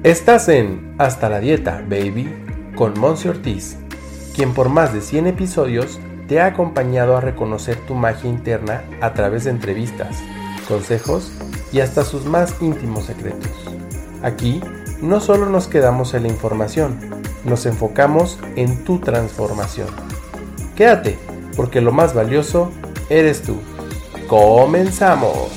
Estás en Hasta la Dieta, Baby, con Monse Ortiz, quien por más de 100 episodios te ha acompañado a reconocer tu magia interna a través de entrevistas, consejos y hasta sus más íntimos secretos. Aquí no solo nos quedamos en la información, nos enfocamos en tu transformación. Quédate, porque lo más valioso eres tú. ¡Comenzamos!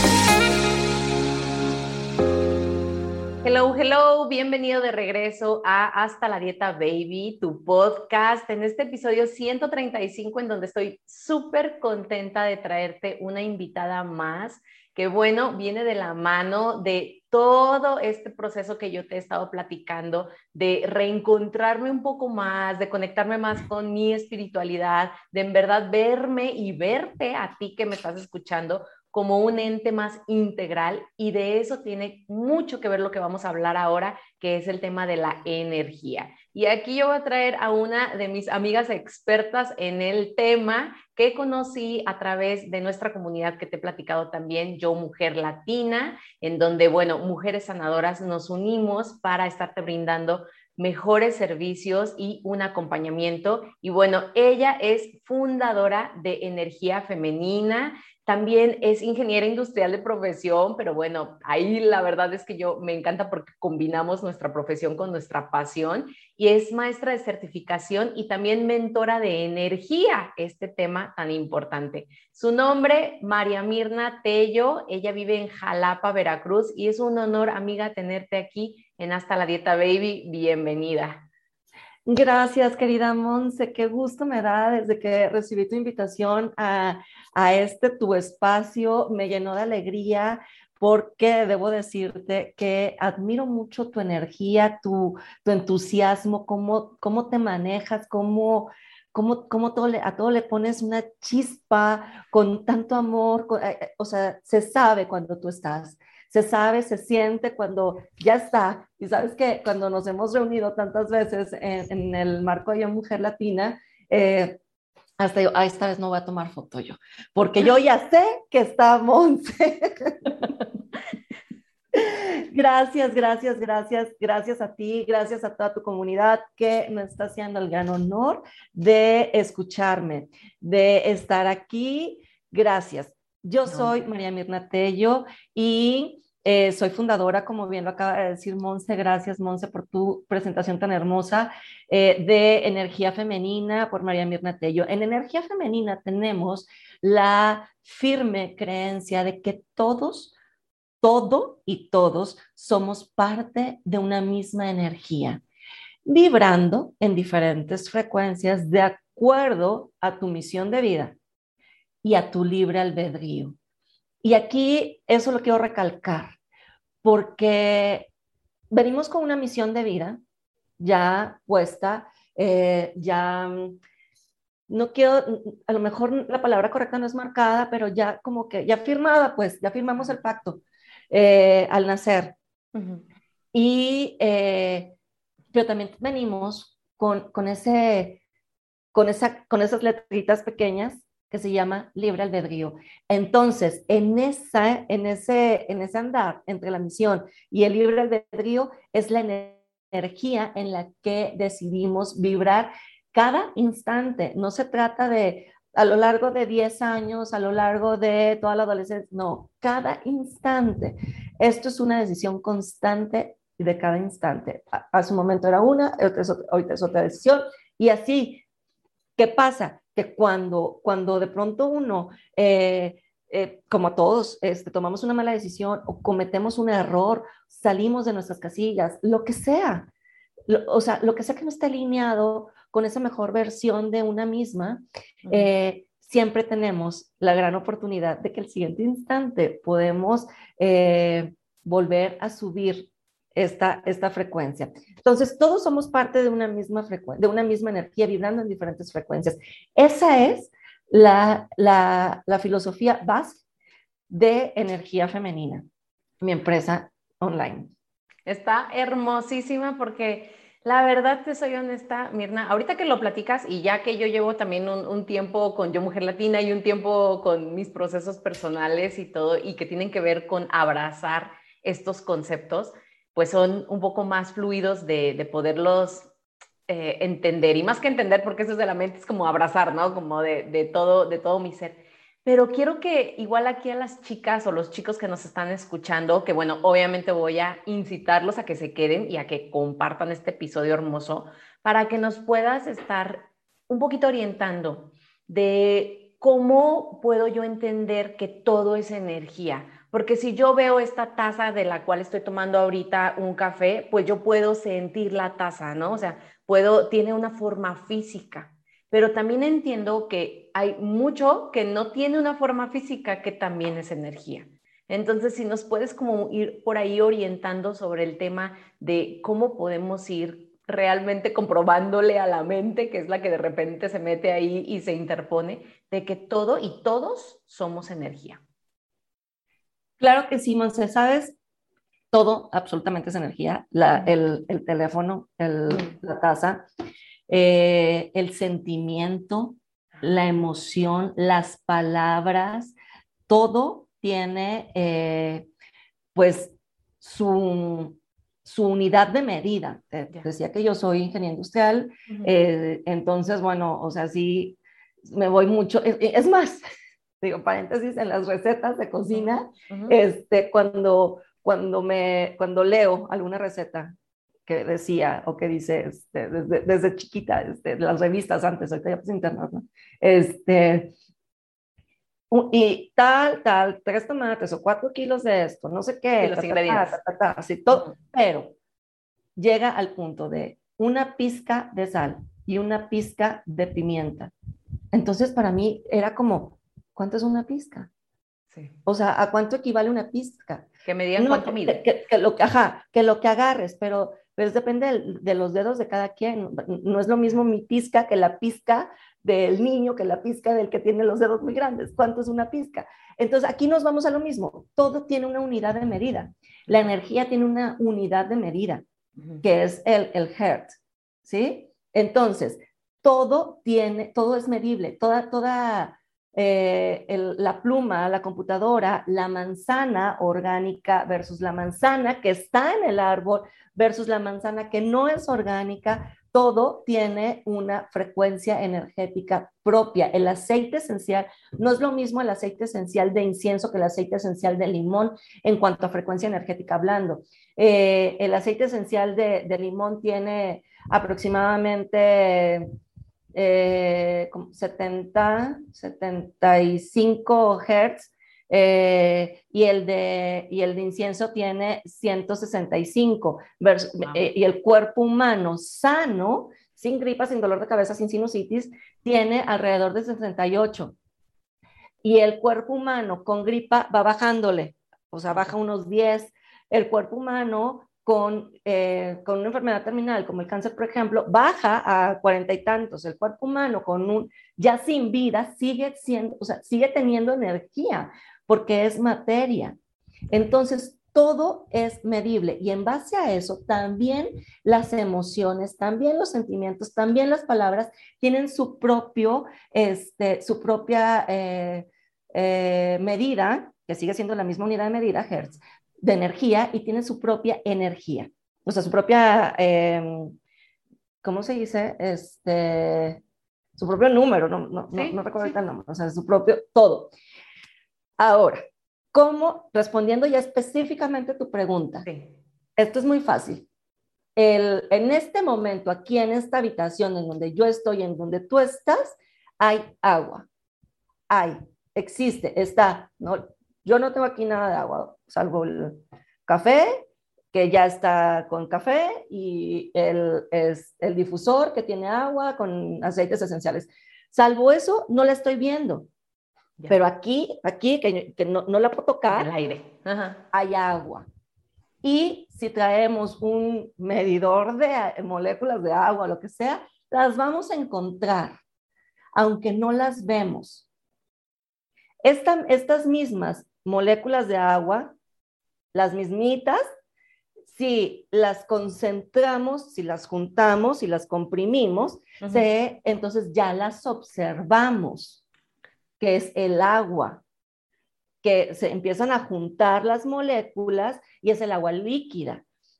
Hello, bienvenido de regreso a Hasta la Dieta Baby, tu podcast, en este episodio 135 en donde estoy súper contenta de traerte una invitada más, que bueno, viene de la mano de todo este proceso que yo te he estado platicando, de reencontrarme un poco más, de conectarme más con mi espiritualidad, de en verdad verme y verte a ti que me estás escuchando como un ente más integral, y de eso tiene mucho que ver lo que vamos a hablar ahora, que es el tema de la energía. Y aquí yo voy a traer a una de mis amigas expertas en el tema que conocí a través de nuestra comunidad que te he platicado también, Yo Mujer Latina, en donde, bueno, mujeres sanadoras nos unimos para estarte brindando mejores servicios y un acompañamiento. Y bueno, ella es fundadora de Energía Femenina. También es ingeniera industrial de profesión, pero bueno, ahí la verdad es que yo me encanta porque combinamos nuestra profesión con nuestra pasión, y es maestra de certificación y también mentora de energía, este tema tan importante. Su nombre, María Mirna Tello, ella vive en Jalapa, Veracruz, y es un honor, amiga, tenerte aquí en Hasta la Dieta Baby. Bienvenida. Gracias, querida Monse. Qué gusto me da desde que recibí tu invitación a este tu espacio. Me llenó de alegría porque debo decirte que admiro mucho tu energía, tu entusiasmo, cómo te manejas, cómo a todo le pones una chispa con tanto amor. O sea, se sabe cuando tú estás. Se sabe, se siente cuando ya está. Y sabes que cuando nos hemos reunido tantas veces en el marco de Yo Mujer Latina, hasta yo, esta vez no voy a tomar foto yo, porque yo ya sé que está Monse. Gracias a ti, gracias a toda tu comunidad que me está haciendo el gran honor de escucharme, de estar aquí. Gracias. Yo soy María Mirna Tello y soy fundadora, como bien lo acaba de decir Monse. Gracias, Monse, por tu presentación tan hermosa, de Energía Femenina por María Mirna Tello. En Energía Femenina tenemos la firme creencia de que todo y todos somos parte de una misma energía, vibrando en diferentes frecuencias de acuerdo a tu misión de vida y a tu libre albedrío. Y aquí eso lo quiero recalcar, porque venimos con una misión de vida ya puesta, ya no quiero, a lo mejor la palabra correcta no es marcada, pero ya como que ya firmada, pues ya firmamos el pacto al nacer. Uh-huh. Y, pero también venimos con esas letritas pequeñas que se llama libre albedrío. Entonces, en ese andar entre la misión y el libre albedrío es la energía en la que decidimos vibrar cada instante. No se trata de a lo largo de 10 años, a lo largo de toda la adolescencia, no, cada instante. Esto es una decisión constante de cada instante. Hace un momento era una, ahorita es otra decisión, y así. ¿Qué pasa? Que cuando de pronto uno, como todos, tomamos una mala decisión o cometemos un error, salimos de nuestras casillas, lo que sea, o sea, lo que sea que no esté alineado con esa mejor versión de una misma, siempre tenemos la gran oportunidad de que el siguiente instante podemos volver a subir esta frecuencia. Entonces, todos somos parte de una misma frecuencia, de una misma energía, vibrando en diferentes frecuencias. Esa es la filosofía base de Energía Femenina, mi empresa online. Está hermosísima porque la verdad, te soy honesta, Mirna, ahorita que lo platicas, y ya que yo llevo también un tiempo con Yo Mujer Latina y un tiempo con mis procesos personales y todo, y que tienen que ver con abrazar estos conceptos, pues son un poco más fluidos de poderlos entender, y más que entender, porque eso es de la mente, es como abrazar, ¿no? Como de todo mi ser. Pero quiero que igual aquí a las chicas o los chicos que nos están escuchando, que bueno, obviamente voy a incitarlos a que se queden y a que compartan este episodio hermoso, para que nos puedas estar un poquito orientando de cómo puedo yo entender que todo es energía. Porque si yo veo esta taza de la cual estoy tomando ahorita un café, pues yo puedo sentir la taza, ¿no? O sea, tiene una forma física, pero también entiendo que hay mucho que no tiene una forma física que también es energía. Entonces, si nos puedes como ir por ahí orientando sobre el tema de cómo podemos ir realmente comprobándole a la mente, que es la que de repente se mete ahí y se interpone, de que todo y todos somos energía. Claro que sí, Monse, ¿sabes? Todo absolutamente es energía. El teléfono, la taza, el sentimiento, la emoción, las palabras, todo tiene pues su, su unidad de medida. Decía que yo soy ingeniero industrial, entonces, bueno, o sea, sí, me voy mucho, es más, digo, paréntesis, en las recetas de cocina, cuando leo alguna receta que decía o que dice desde chiquita, las revistas antes, ahorita ya pues internet, ¿no? Y tal, 3 tomates o 4 kilos de esto, no sé qué, Y los ingredientes. así todo, pero llega al punto de una pizca de sal y una pizca de pimienta. Entonces para mí era como, ¿cuánto es una pizca? Sí. O sea, ¿a cuánto equivale una pizca? Que me digan No, cuánto mide. Que lo que agarres, pero depende de los dedos de cada quien. No es lo mismo mi pizca que la pizca del niño, que la pizca del que tiene los dedos muy grandes. ¿Cuánto es una pizca? Entonces, aquí nos vamos a lo mismo. Todo tiene una unidad de medida. La energía tiene una unidad de medida, que es el hertz, ¿sí? Entonces, todo es medible, la pluma, la computadora, la manzana orgánica versus la manzana que está en el árbol versus la manzana que no es orgánica, todo tiene una frecuencia energética propia. El aceite esencial no es lo mismo el aceite esencial de incienso que el aceite esencial de limón en cuanto a frecuencia energética hablando. El aceite esencial de limón tiene aproximadamente 75 Hz, y el de incienso tiene 165, y el cuerpo humano sano, sin gripa, sin dolor de cabeza, sin sinusitis, tiene alrededor de 68. Y el cuerpo humano con gripa va bajándole, o sea, baja unos 10. El cuerpo humano con una enfermedad terminal, como el cáncer, por ejemplo, baja a 40 y tantos. El cuerpo humano ya sin vida sigue siendo, o sea, sigue teniendo energía, porque es materia. Entonces, todo es medible, y en base a eso también las emociones, también los sentimientos, también las palabras tienen su propia medida, que sigue siendo la misma unidad de medida, Hertz, de energía, y tiene su propia energía, o sea, su propia, ¿cómo se dice? Su propio número, no recuerdo ahorita el nombre, o sea, su propio todo. Ahora, respondiendo ya específicamente a tu pregunta, esto es muy fácil. En este momento, aquí en esta habitación en donde yo estoy, en donde tú estás, hay agua. Existe, está, ¿no? Yo no tengo aquí nada de agua, salvo el café, que ya está con café, y el difusor que tiene agua con aceites esenciales. Salvo eso, no la estoy viendo. Ya. Pero aquí que no la puedo tocar, el aire. Hay agua. Y si traemos un medidor de moléculas de agua, lo que sea, las vamos a encontrar, aunque no las vemos. Estas mismas moléculas de agua, las mismitas, si las concentramos, si las juntamos, si las comprimimos, entonces ya las observamos, que es el agua, que se empiezan a juntar las moléculas y es el agua líquida.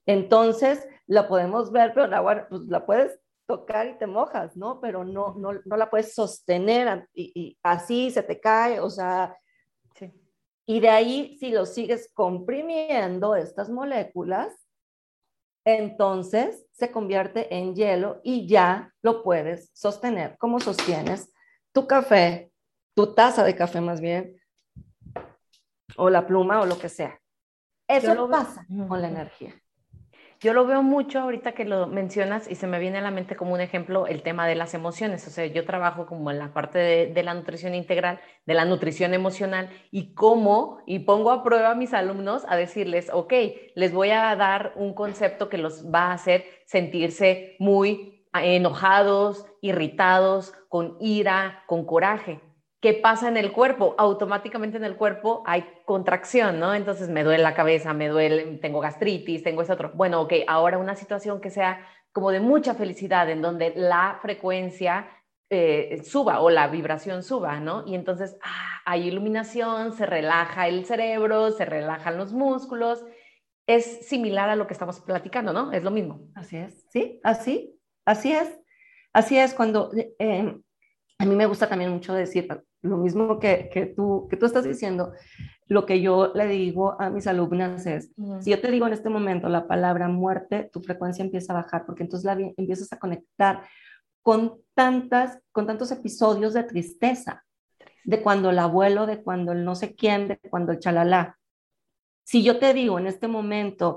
Entonces, la podemos ver, pero el agua, pues la puedes tocar y te mojas, ¿no? Pero no la puedes sostener y así se te cae, o sea, Sí. y de ahí, si lo sigues comprimiendo, estas moléculas, entonces se convierte en hielo y ya lo puedes sostener como sostienes tu café, tu taza de café más bien, o la pluma o lo que sea. Eso pasa con la energía. Yo lo veo mucho ahorita que lo mencionas y se me viene a la mente como un ejemplo el tema de las emociones. O sea, yo trabajo como en la parte de la nutrición integral, de la nutrición emocional y pongo a prueba a mis alumnos a decirles, ok, les voy a dar un concepto que los va a hacer sentirse muy enojados, irritados, con ira, con coraje. ¿Qué pasa en el cuerpo? Automáticamente en el cuerpo hay contracción, ¿no? Entonces me duele la cabeza, me duele, tengo gastritis, tengo ese otro. Bueno, ok, ahora una situación que sea como de mucha felicidad, en donde la frecuencia suba o la vibración suba, ¿no? Y entonces hay iluminación, se relaja el cerebro, se relajan los músculos. Es similar a lo que estamos platicando, ¿no? Es lo mismo. Así es, sí, así es. Así es cuando a mí me gusta también mucho decir lo mismo que tú estás diciendo. Lo que yo le digo a mis alumnas es, si yo te digo en este momento la palabra muerte, tu frecuencia empieza a bajar, porque entonces empiezas a conectar con tantos episodios de tristeza, de cuando el abuelo, de cuando el no sé quién, de cuando el chalala. Si yo te digo en este momento,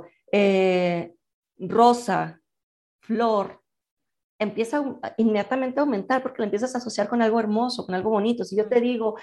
rosa, flor, empieza inmediatamente a aumentar porque lo empiezas a asociar con algo hermoso, con algo bonito. Si yo te digo,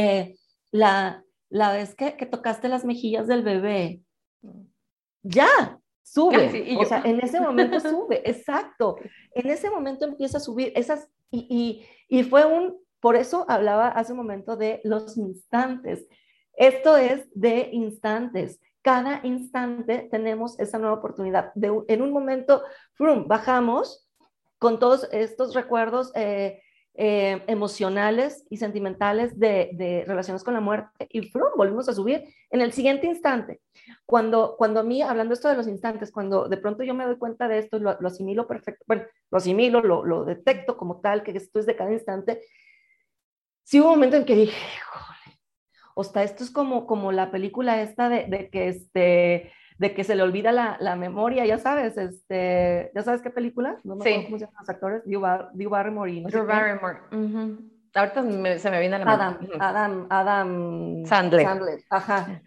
la vez que tocaste las mejillas del bebé, ya, sube. Sí, o sea, en ese momento sube, exacto. En ese momento empieza a subir esas, y fue por eso hablaba hace un momento de los instantes. Esto es de instantes. Cada instante tenemos esa nueva oportunidad. En un momento, bajamos con todos estos recuerdos emocionales y sentimentales de relaciones con la muerte y volvimos a subir en el siguiente instante. Cuando a mí, hablando esto de los instantes, cuando de pronto yo me doy cuenta de esto, lo asimilo perfecto, bueno, lo asimilo, lo detecto como tal, que esto es de cada instante, sí hubo un momento en que dije, joder, o sea, esto es como la película esta de que se le olvida la memoria, ya sabes, ¿ya sabes qué película? No me acuerdo cómo se llaman los actores, Drew Barrymore y no sé Drew Barrymore. Ahorita se me viene a la mente. Adam Sandler. Ajá.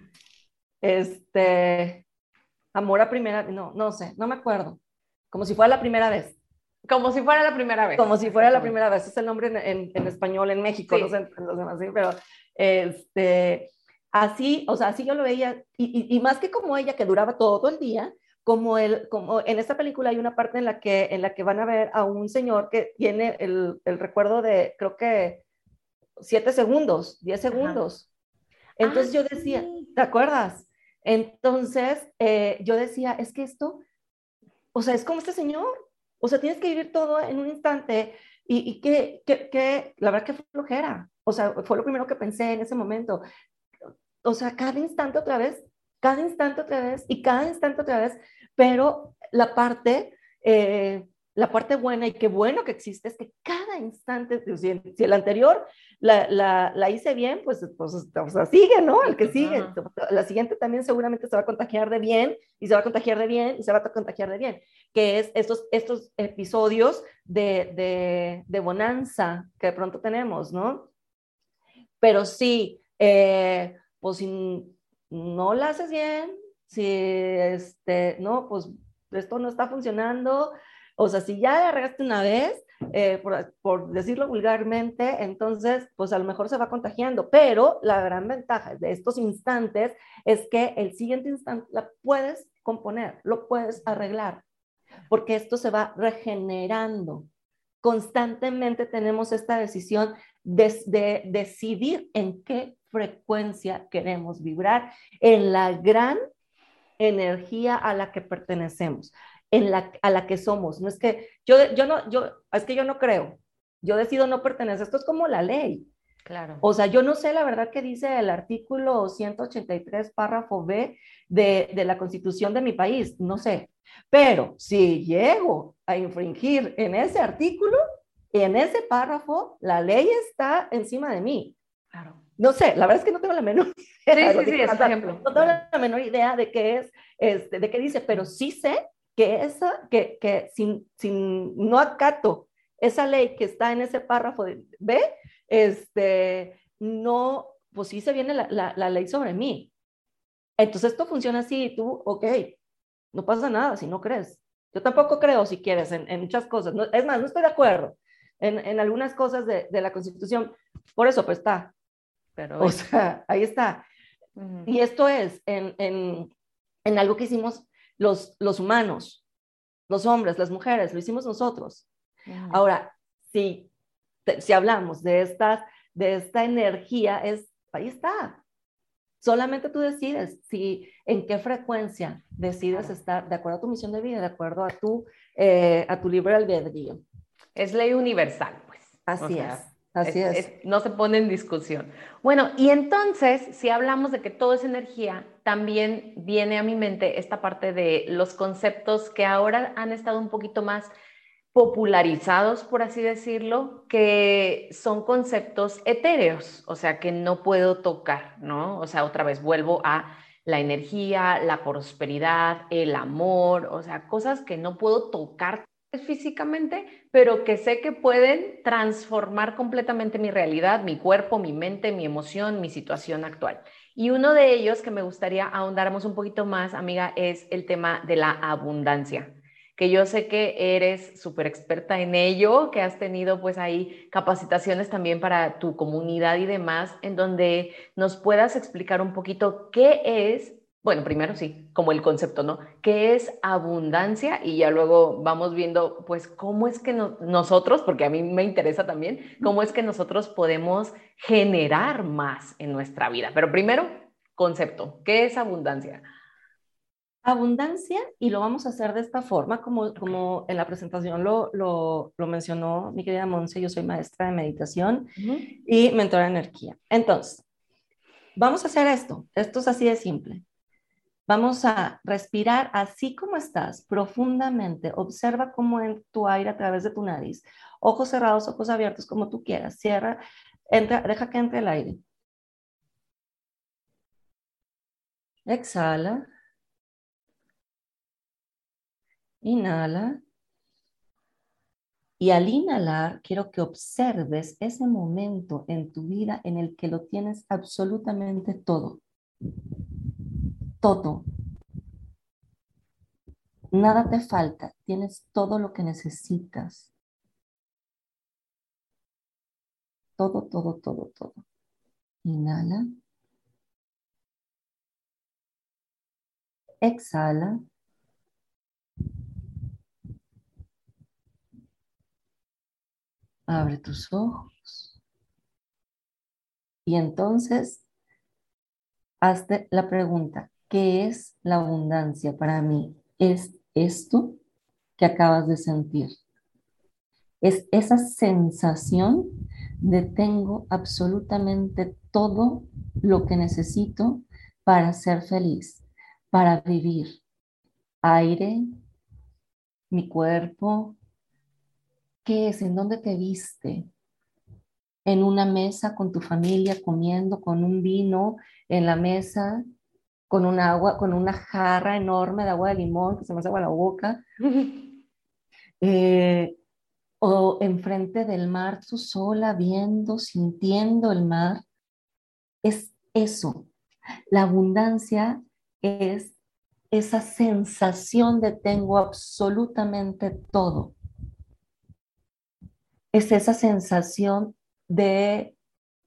Amor a primera, no sé, no me acuerdo. Como si fuera la primera vez. Como si fuera la primera vez. Como si fuera la primera vez. Es el nombre en español en México, sí. No sé en los demás, ¿sí? Pero así, o sea, así yo lo veía. Y más que como ella, que duraba todo el día, como en esta película hay una parte en la que van a ver a un señor que tiene el recuerdo de, creo que 7 segundos, 10 segundos. Entonces yo decía, sí. ¿te acuerdas? Entonces yo decía, es que esto, o sea, es como este señor, o sea, tienes que vivir todo en un instante y que la verdad que fue flojera, o sea, fue lo primero que pensé en ese momento. O sea, cada instante otra vez, cada instante otra vez y cada instante otra vez, pero la parte buena y qué bueno que existe es que cada instante, si el anterior la hice bien, pues o sea, sigue, ¿no? El que sigue. La siguiente también seguramente se va a contagiar de bien y se va a contagiar de bien y se va a contagiar de bien, que es estos episodios de bonanza que de pronto tenemos, ¿no? Pero sí, pues si no la haces bien, si no, pues esto no está funcionando, o sea, si ya la regaste una vez, por decirlo vulgarmente, entonces, pues a lo mejor se va contagiando, pero la gran ventaja de estos instantes es que el siguiente instante la puedes componer, lo puedes arreglar, porque esto se va regenerando. Constantemente tenemos esta decisión de decidir en qué frecuencia queremos vibrar, en la gran energía a la que pertenecemos, a la que somos. No es que es que yo no creo, yo decido no pertenecer. Esto es como la ley. Claro. O sea, yo no sé la verdad que dice el artículo 183, párrafo B de la Constitución de mi país, no sé. Pero si llego a infringir en ese artículo, en ese párrafo, la ley está encima de mí. Claro. No sé, la verdad es que no tengo la menor idea. Sí, es un ejemplo. No tengo la menor idea de qué es, de qué dice, pero sí sé que sin no acato esa ley que está en ese párrafo de B, no, pues sí se viene la ley sobre mí. Entonces esto funciona así, y tú, ok, no pasa nada si no crees. Yo tampoco creo, si quieres, en muchas cosas. No, es más, no estoy de acuerdo en algunas cosas de la Constitución. Por eso, pues está. Pero O sea, ahí está. Y esto es en algo que hicimos los humanos, los hombres, las mujeres, lo hicimos nosotros. Ahora, si hablamos de esta energía, ahí está. Solamente tú decides en qué frecuencia decides estar de acuerdo a tu misión de vida, de acuerdo a tu libre albedrío. Es ley universal, pues. Así es. No se pone en discusión. Bueno, y entonces, si hablamos de que todo es energía, también viene a mi mente esta parte de los conceptos que ahora han estado un poquito más popularizados, por así decirlo, que son conceptos etéreos, o sea, que no puedo tocar, ¿no? O sea, otra vez vuelvo a la energía, la prosperidad, el amor, o sea, cosas que no puedo tocar físicamente, pero que sé que pueden transformar completamente mi realidad, mi cuerpo, mi mente, mi emoción, mi situación actual. Y uno de ellos que me gustaría ahondáramos un poquito más, amiga, es el tema de la abundancia, que yo sé que eres súper experta en ello, que has tenido pues ahí capacitaciones también para tu comunidad y demás, en donde nos puedas explicar un poquito qué es, bueno, primero sí, como el concepto, ¿no? ¿Qué es abundancia? Y ya luego vamos viendo pues cómo es que nosotros, porque a mí me interesa también, cómo es que nosotros podemos generar más en nuestra vida. Pero primero, concepto, ¿qué es abundancia? Abundancia, y lo vamos a hacer de esta forma, como en la presentación lo mencionó mi querida Monse. Yo soy maestra de meditación y mentora de energía. Entonces, vamos a hacer esto. Esto es así de simple. Vamos a respirar así como estás, profundamente. Observa cómo entra tu aire a través de tu nariz. Ojos cerrados, ojos abiertos, como tú quieras. Cierra, entra, deja que entre el aire. Exhala. Inhala. Y al inhalar, quiero que observes ese momento en tu vida en el que lo tienes absolutamente todo. Todo. Nada te falta. Tienes todo lo que necesitas. Todo, todo, todo, todo. Inhala. Exhala. Abre tus ojos. Y entonces, hazte la pregunta, ¿qué es la abundancia para mí? ¿Es esto que acabas de sentir? Es esa sensación de tengo absolutamente todo lo que necesito para ser feliz, para vivir. Aire, mi cuerpo, ¿qué es? ¿En dónde te viste? En una mesa con tu familia comiendo, con un vino en la mesa, con un agua, con una jarra enorme de agua de limón que se me hace agua la boca, eh, o enfrente del mar, tú sola, viendo, sintiendo el mar. Es eso. La abundancia es esa sensación de tengo absolutamente todo. Es esa sensación de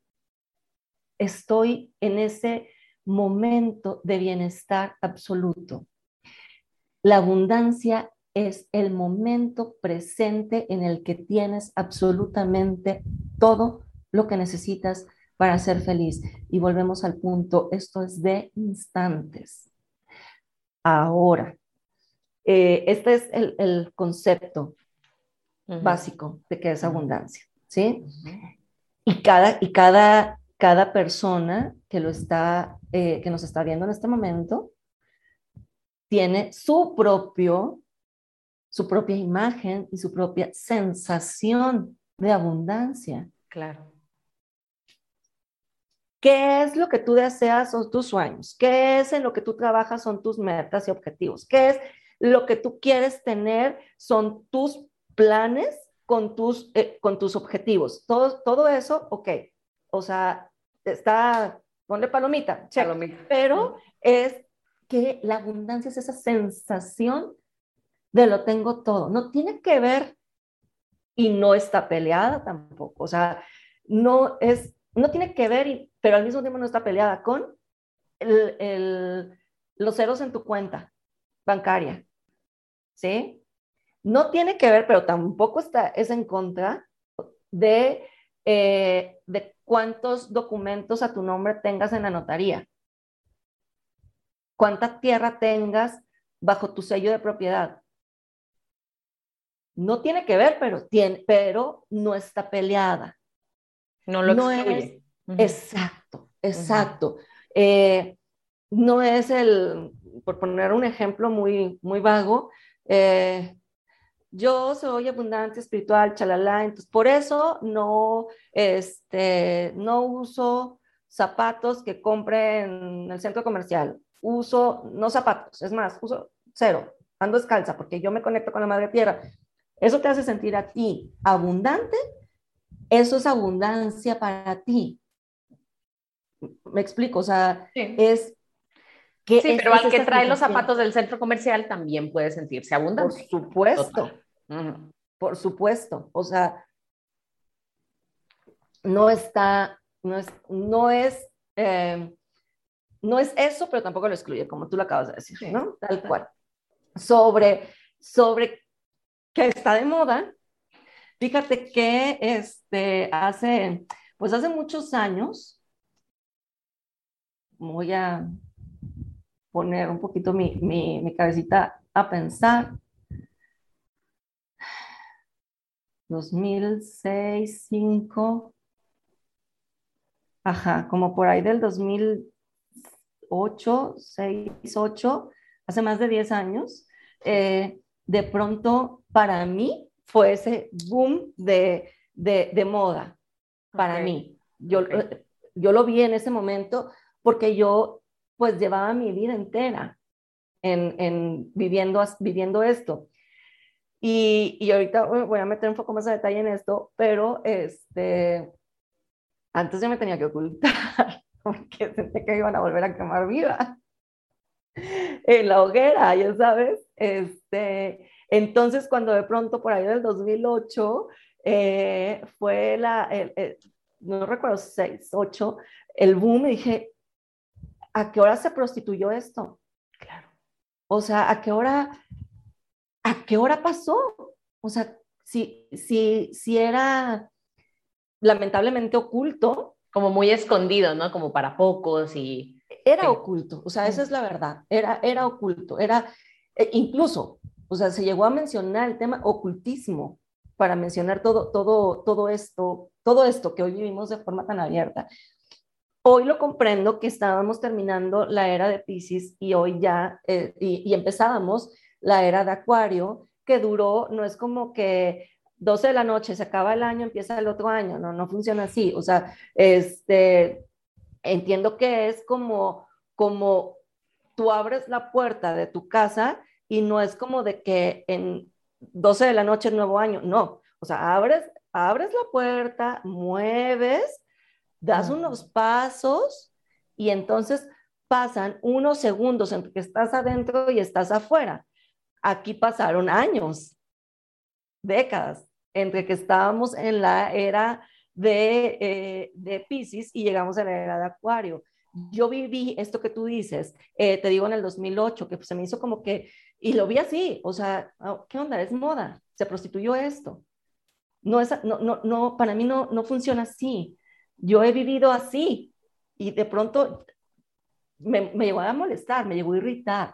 estoy en ese momento de bienestar absoluto. La abundancia es el momento presente en el que tienes absolutamente todo lo que necesitas para ser feliz. Y volvemos al punto, esto es de instantes. Ahora, este es el concepto básico de qué es abundancia, ¿sí? cada persona que que nos está viendo en este momento tiene su propia imagen y su propia sensación de abundancia. Claro. ¿Qué es lo que tú deseas? Son tus sueños. ¿Qué es en lo que tú trabajas? Son tus metas y objetivos. ¿Qué es lo que tú quieres tener? Son tus planes con tus objetivos. Todo eso, ok. O sea, ponle palomita, check. Palomita. Pero es que la abundancia es esa sensación de lo tengo todo. No tiene que ver y no está peleada tampoco. O sea, no tiene que ver, pero al mismo tiempo no está peleada con los ceros en tu cuenta bancaria, ¿sí? No tiene que ver, pero tampoco es en contra de cuántos documentos a tu nombre tengas en la notaría, cuánta tierra tengas bajo tu sello de propiedad. No tiene que ver, pero no está peleada. No lo No excluye. exacto. No es por poner un ejemplo muy, muy vago, yo soy abundante espiritual, chalala, entonces por eso no uso zapatos que compre en el centro comercial, no zapatos, es más, uso cero, ando descalza porque yo me conecto con la madre tierra. Eso te hace sentir a ti abundante, eso es abundancia para ti. Me explico, o sea, Sí. es que sí, pero al que trae los sensación. zapatos del centro comercial también puede sentirse Por abundante. supuesto, por supuesto. O sea, no está, eh, no es eso, pero tampoco lo excluye, como tú lo acabas de decir, Sí. ¿no? Tal cual. Sobre que está de moda, fíjate que hace muchos años, voy a poner un poquito mi cabecita a pensar, 2006, 2005, ajá, como por ahí del 2008, 6, 8, hace más de 10 años, de pronto para mí fue ese boom de moda, para mí. Yo lo vi en ese momento porque yo pues llevaba mi vida entera viviendo esto. Y ahorita voy a meter un poco más de detalle en esto, pero antes yo me tenía que ocultar porque sentía que iban a volver a quemar viva en la hoguera, ya sabes. Entonces, cuando de pronto por ahí del 2008 fue no recuerdo, 6, 8, el boom, y dije, ¿a qué hora se prostituyó esto? Claro. O sea, ¿a qué hora pasó? O sea, si era lamentablemente oculto. Como muy escondido, ¿no? Como para pocos y... Era Sí. oculto, o sea, esa es la verdad, era oculto, incluso, o sea, se llegó a mencionar el tema ocultismo para mencionar todo esto que hoy vivimos de forma tan abierta. Hoy lo comprendo que estábamos terminando la era de Piscis y hoy ya, y empezábamos la era de Acuario, que duró, no es como que 12 de la noche, se acaba el año, empieza el otro año, no funciona así, o sea, entiendo que es como tú abres la puerta de tu casa y no es como de que en 12 de la noche es nuevo año, no, o sea, abres la puerta, mueves, das unos pasos y entonces pasan unos segundos entre que estás adentro y estás afuera. Aquí pasaron años, décadas, entre que estábamos en la era de Piscis y llegamos a la era de Acuario. Yo viví esto que tú dices, te digo en el 2008, que pues se me hizo como que, y lo vi así, o sea, ¿qué onda? Es moda, se prostituyó esto. Para mí no funciona así. Yo he vivido así y de pronto me llegó a molestar, me llegó a irritar.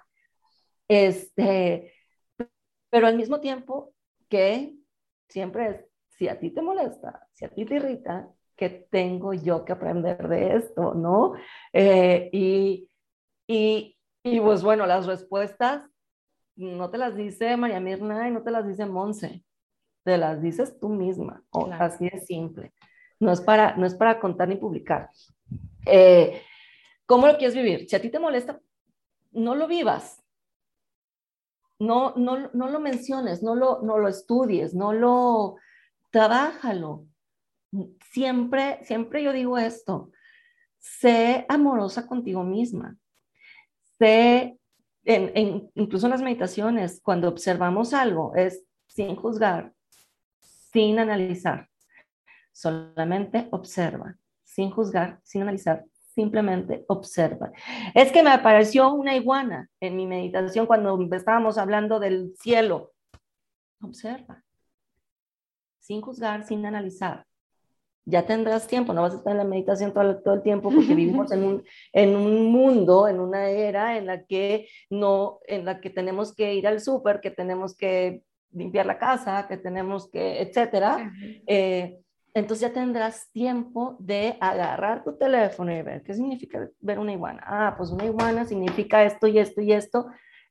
Pero al mismo tiempo que siempre es, si a ti te molesta, si a ti te irrita, ¿qué tengo yo que aprender de esto, no? Eh, y, y pues bueno, las respuestas no te las dice María Mirna y no te las dice Monse, te las dices tú misma, o Claro. así de simple. No es para contar ni publicar. Eh, ¿Cómo lo quieres vivir? Si a ti te molesta, no lo vivas, no lo menciones, no lo estudies, no lo, trabájalo. Siempre yo digo esto, sé amorosa contigo misma, sé, incluso en las meditaciones, cuando observamos algo, es sin juzgar, sin analizar, solamente observa, sin juzgar, sin analizar, simplemente observa. Es que me apareció una iguana en mi meditación cuando estábamos hablando del cielo. Observa, sin juzgar, sin analizar. Ya tendrás tiempo, no vas a estar en la meditación todo el tiempo porque vivimos en un mundo, en una era en la que no, en la que tenemos que ir al súper, que tenemos que limpiar la casa, que tenemos que, etcétera. Ujú. Entonces ya tendrás tiempo de agarrar tu teléfono y ver qué significa ver una iguana. Ah, pues una iguana significa esto y esto y esto.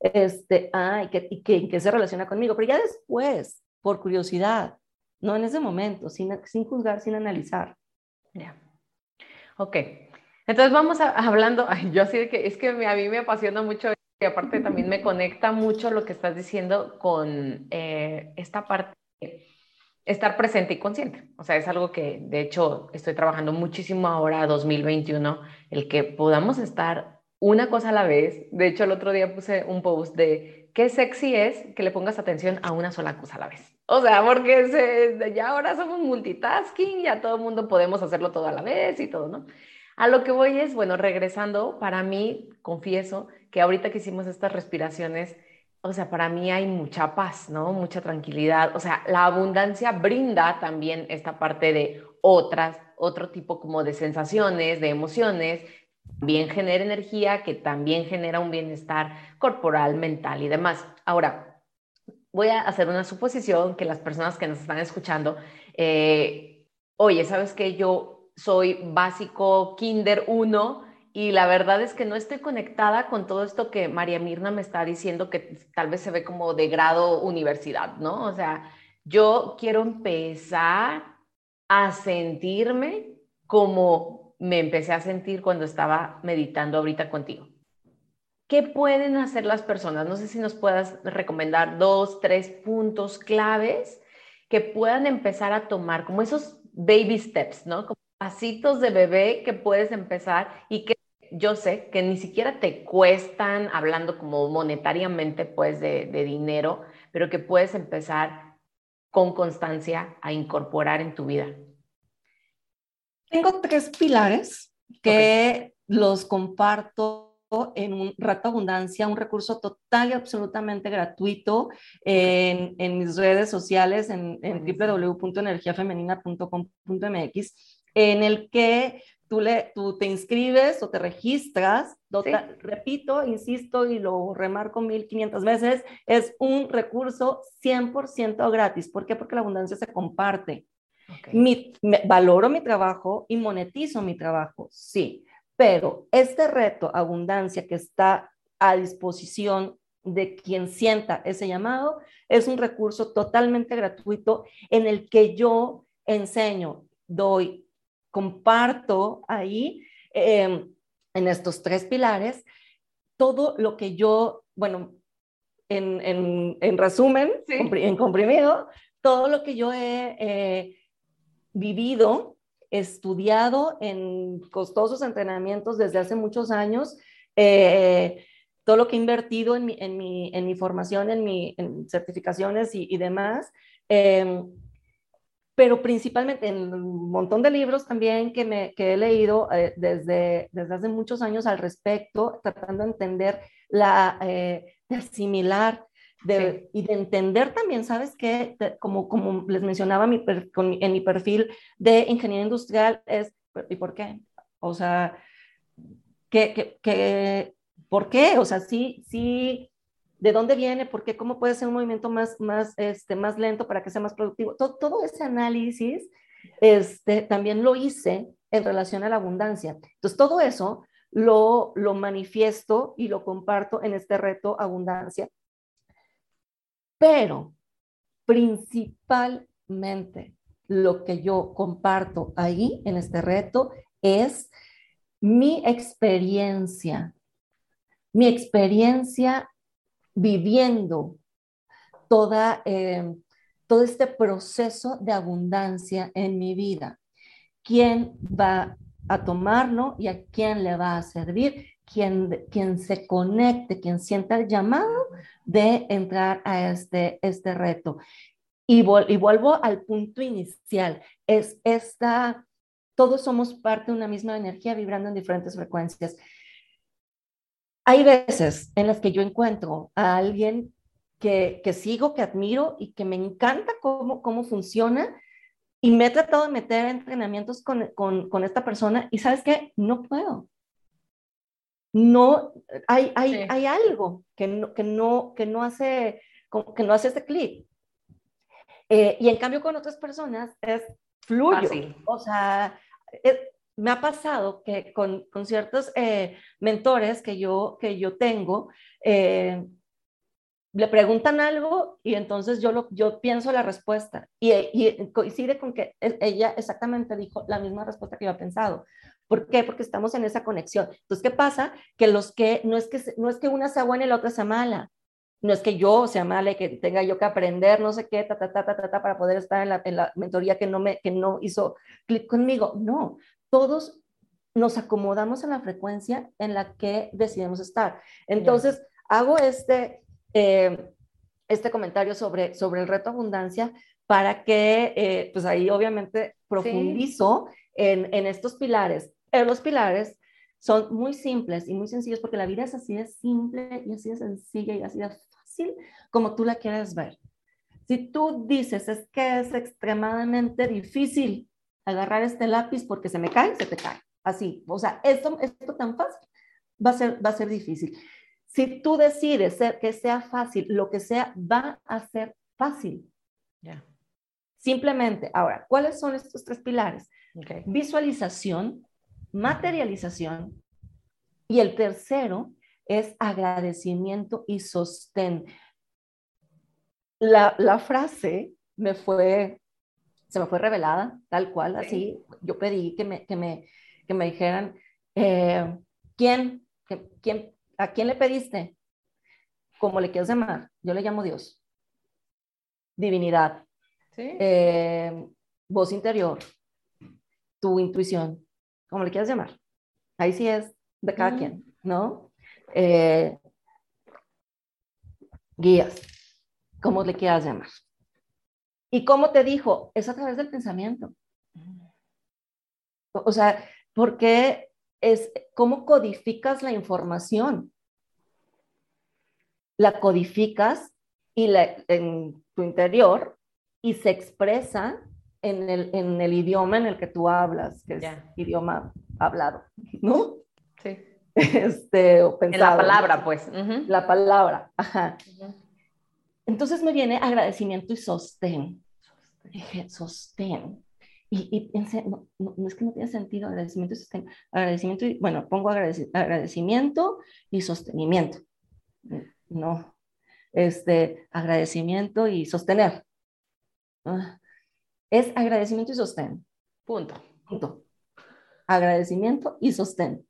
¿En qué se relaciona conmigo? Pero ya después, por curiosidad, no en ese momento, sin juzgar, sin analizar. Ya. Ok. Entonces vamos hablando, ay, yo así de que es que a mí me apasiona mucho y aparte también me conecta mucho lo que estás diciendo con esta parte de estar presente y consciente. O sea, es algo que de hecho estoy trabajando muchísimo ahora, 2021, el que podamos estar una cosa a la vez. De hecho, el otro día puse un post de qué sexy es que le pongas atención a una sola cosa a la vez. O sea, porque ya ahora somos multitasking, ya todo el mundo podemos hacerlo todo a la vez y todo, ¿no? A lo que voy es, bueno, regresando, para mí, confieso que ahorita que hicimos estas respiraciones, o sea, para mí hay mucha paz, ¿no? Mucha tranquilidad. O sea, la abundancia brinda también esta parte de otro tipo como de sensaciones, de emociones, también genera energía, que también genera un bienestar corporal, mental y demás. Ahora, voy a hacer una suposición que las personas que nos están escuchando, oye, ¿sabes qué? Yo soy básico Kinder 1 y la verdad es que no estoy conectada con todo esto que María Mirna me está diciendo que tal vez se ve como de grado universidad, ¿no? O sea, yo quiero empezar a sentirme como me empecé a sentir cuando estaba meditando ahorita contigo. ¿Qué pueden hacer las personas? No sé si nos puedas recomendar 2, 3 puntos claves que puedan empezar a tomar, como esos baby steps, ¿no? Como pasitos de bebé que puedes empezar y que yo sé que ni siquiera te cuestan, hablando como monetariamente, pues, de dinero, pero que puedes empezar con constancia a incorporar en tu vida. Tengo 3 pilares Ok. que los comparto en un Rato Abundancia, un recurso total y absolutamente gratuito Ok. en mis redes sociales, en Buenísimo. www.energiafemenina.com.mx, en el que tú te inscribes o te registras. Sí. Repito, insisto y lo remarco 1500 veces, es un recurso 100% gratis. ¿Por qué? Porque la abundancia se comparte. Ok. Valoro mi trabajo y monetizo mi trabajo, sí, pero este reto, abundancia, que está a disposición de quien sienta ese llamado, es un recurso totalmente gratuito en el que yo enseño, doy, comparto ahí, en estos 3 pilares, todo lo que yo, bueno, en resumen, Sí. en comprimido, todo lo que yo he vivido, estudiado en costosos entrenamientos desde hace muchos años, todo lo que he invertido en mi formación, en certificaciones y demás, eh, pero principalmente en un montón de libros también que he leído desde hace muchos años al respecto, tratando de entender, de asimilar, Sí. y de entender también, ¿sabes qué? Como les mencionaba en mi perfil de ingeniería industrial, ¿y por qué? O sea, ¿por qué? O sea, sí, sí, ¿de dónde viene? ¿Por qué? ¿Cómo puede ser un movimiento más lento para que sea más productivo? Todo ese análisis También lo hice en relación a la abundancia. Entonces, todo eso lo manifiesto y lo comparto en este reto abundancia. Pero principalmente lo que yo comparto ahí en este reto es mi experiencia viviendo todo este proceso de abundancia en mi vida. ¿Quién va a tomarlo y a quién le va a servir? Quien se conecte, quien sienta el llamado de entrar a este reto. Y vuelvo al punto inicial. Todos somos parte de una misma energía vibrando en diferentes frecuencias. Hay veces en las que yo encuentro a alguien que sigo, que admiro y que me encanta cómo funciona, y me he tratado de meter en entrenamientos con esta persona y ¿sabes qué? No puedo. No, hay algo que no hace este clic. Y en cambio con otras personas es fluyo. Fácil. O sea, me ha pasado que con ciertos mentores que yo tengo, le preguntan algo y entonces yo pienso la respuesta y coincide con que ella exactamente dijo la misma respuesta que yo he pensado. ¿Por qué? Porque estamos en esa conexión. Entonces, ¿qué pasa? Que no es que una sea buena y la otra sea mala. No es que yo sea mala y que tenga yo que aprender no sé qué, para poder estar en la mentoría que no hizo clic conmigo. No, todos nos acomodamos en la frecuencia en la que decidimos estar. Entonces, hago este comentario sobre el reto abundancia para que, pues ahí obviamente profundizo en estos pilares. Los pilares son muy simples y muy sencillos porque la vida es así de simple y así de sencilla y así de fácil como tú la quieres ver. Si tú dices es que es extremadamente difícil agarrar este lápiz porque se me cae, se te cae. Así, o sea, esto tan fácil va a ser difícil. Si tú decides que sea fácil, lo que sea va a ser fácil. Simplemente, ahora, ¿cuáles son estos 3 pilares? Visualización, materialización, y el tercero es agradecimiento y sostén. La frase se me fue revelada, tal cual, así. Yo pedí que me dijeran, ¿a quién le pediste? Como le quieras llamar, yo le llamo Dios, divinidad, voz interior, tu intuición, como le quieras llamar. Ahí sí es de cada quien, ¿no? Guías, como le quieras llamar. ¿Y cómo te dijo? Es a través del pensamiento. O sea, porque cómo codificas la información. La codificas en tu interior y se expresa en el idioma en el que tú hablas, que es idioma hablado, ¿no? Sí. O pensado. En la palabra, ¿no? Pues. La palabra, ajá. Entonces me viene agradecimiento y sostén. Dije, sostén. Y pensé, no es que no tiene sentido agradecimiento y sostén. Agradecimiento y, bueno, pongo agradecimiento y sostenimiento. No. Agradecimiento y sostener. Es agradecimiento y sostén. Punto. Agradecimiento y sostén.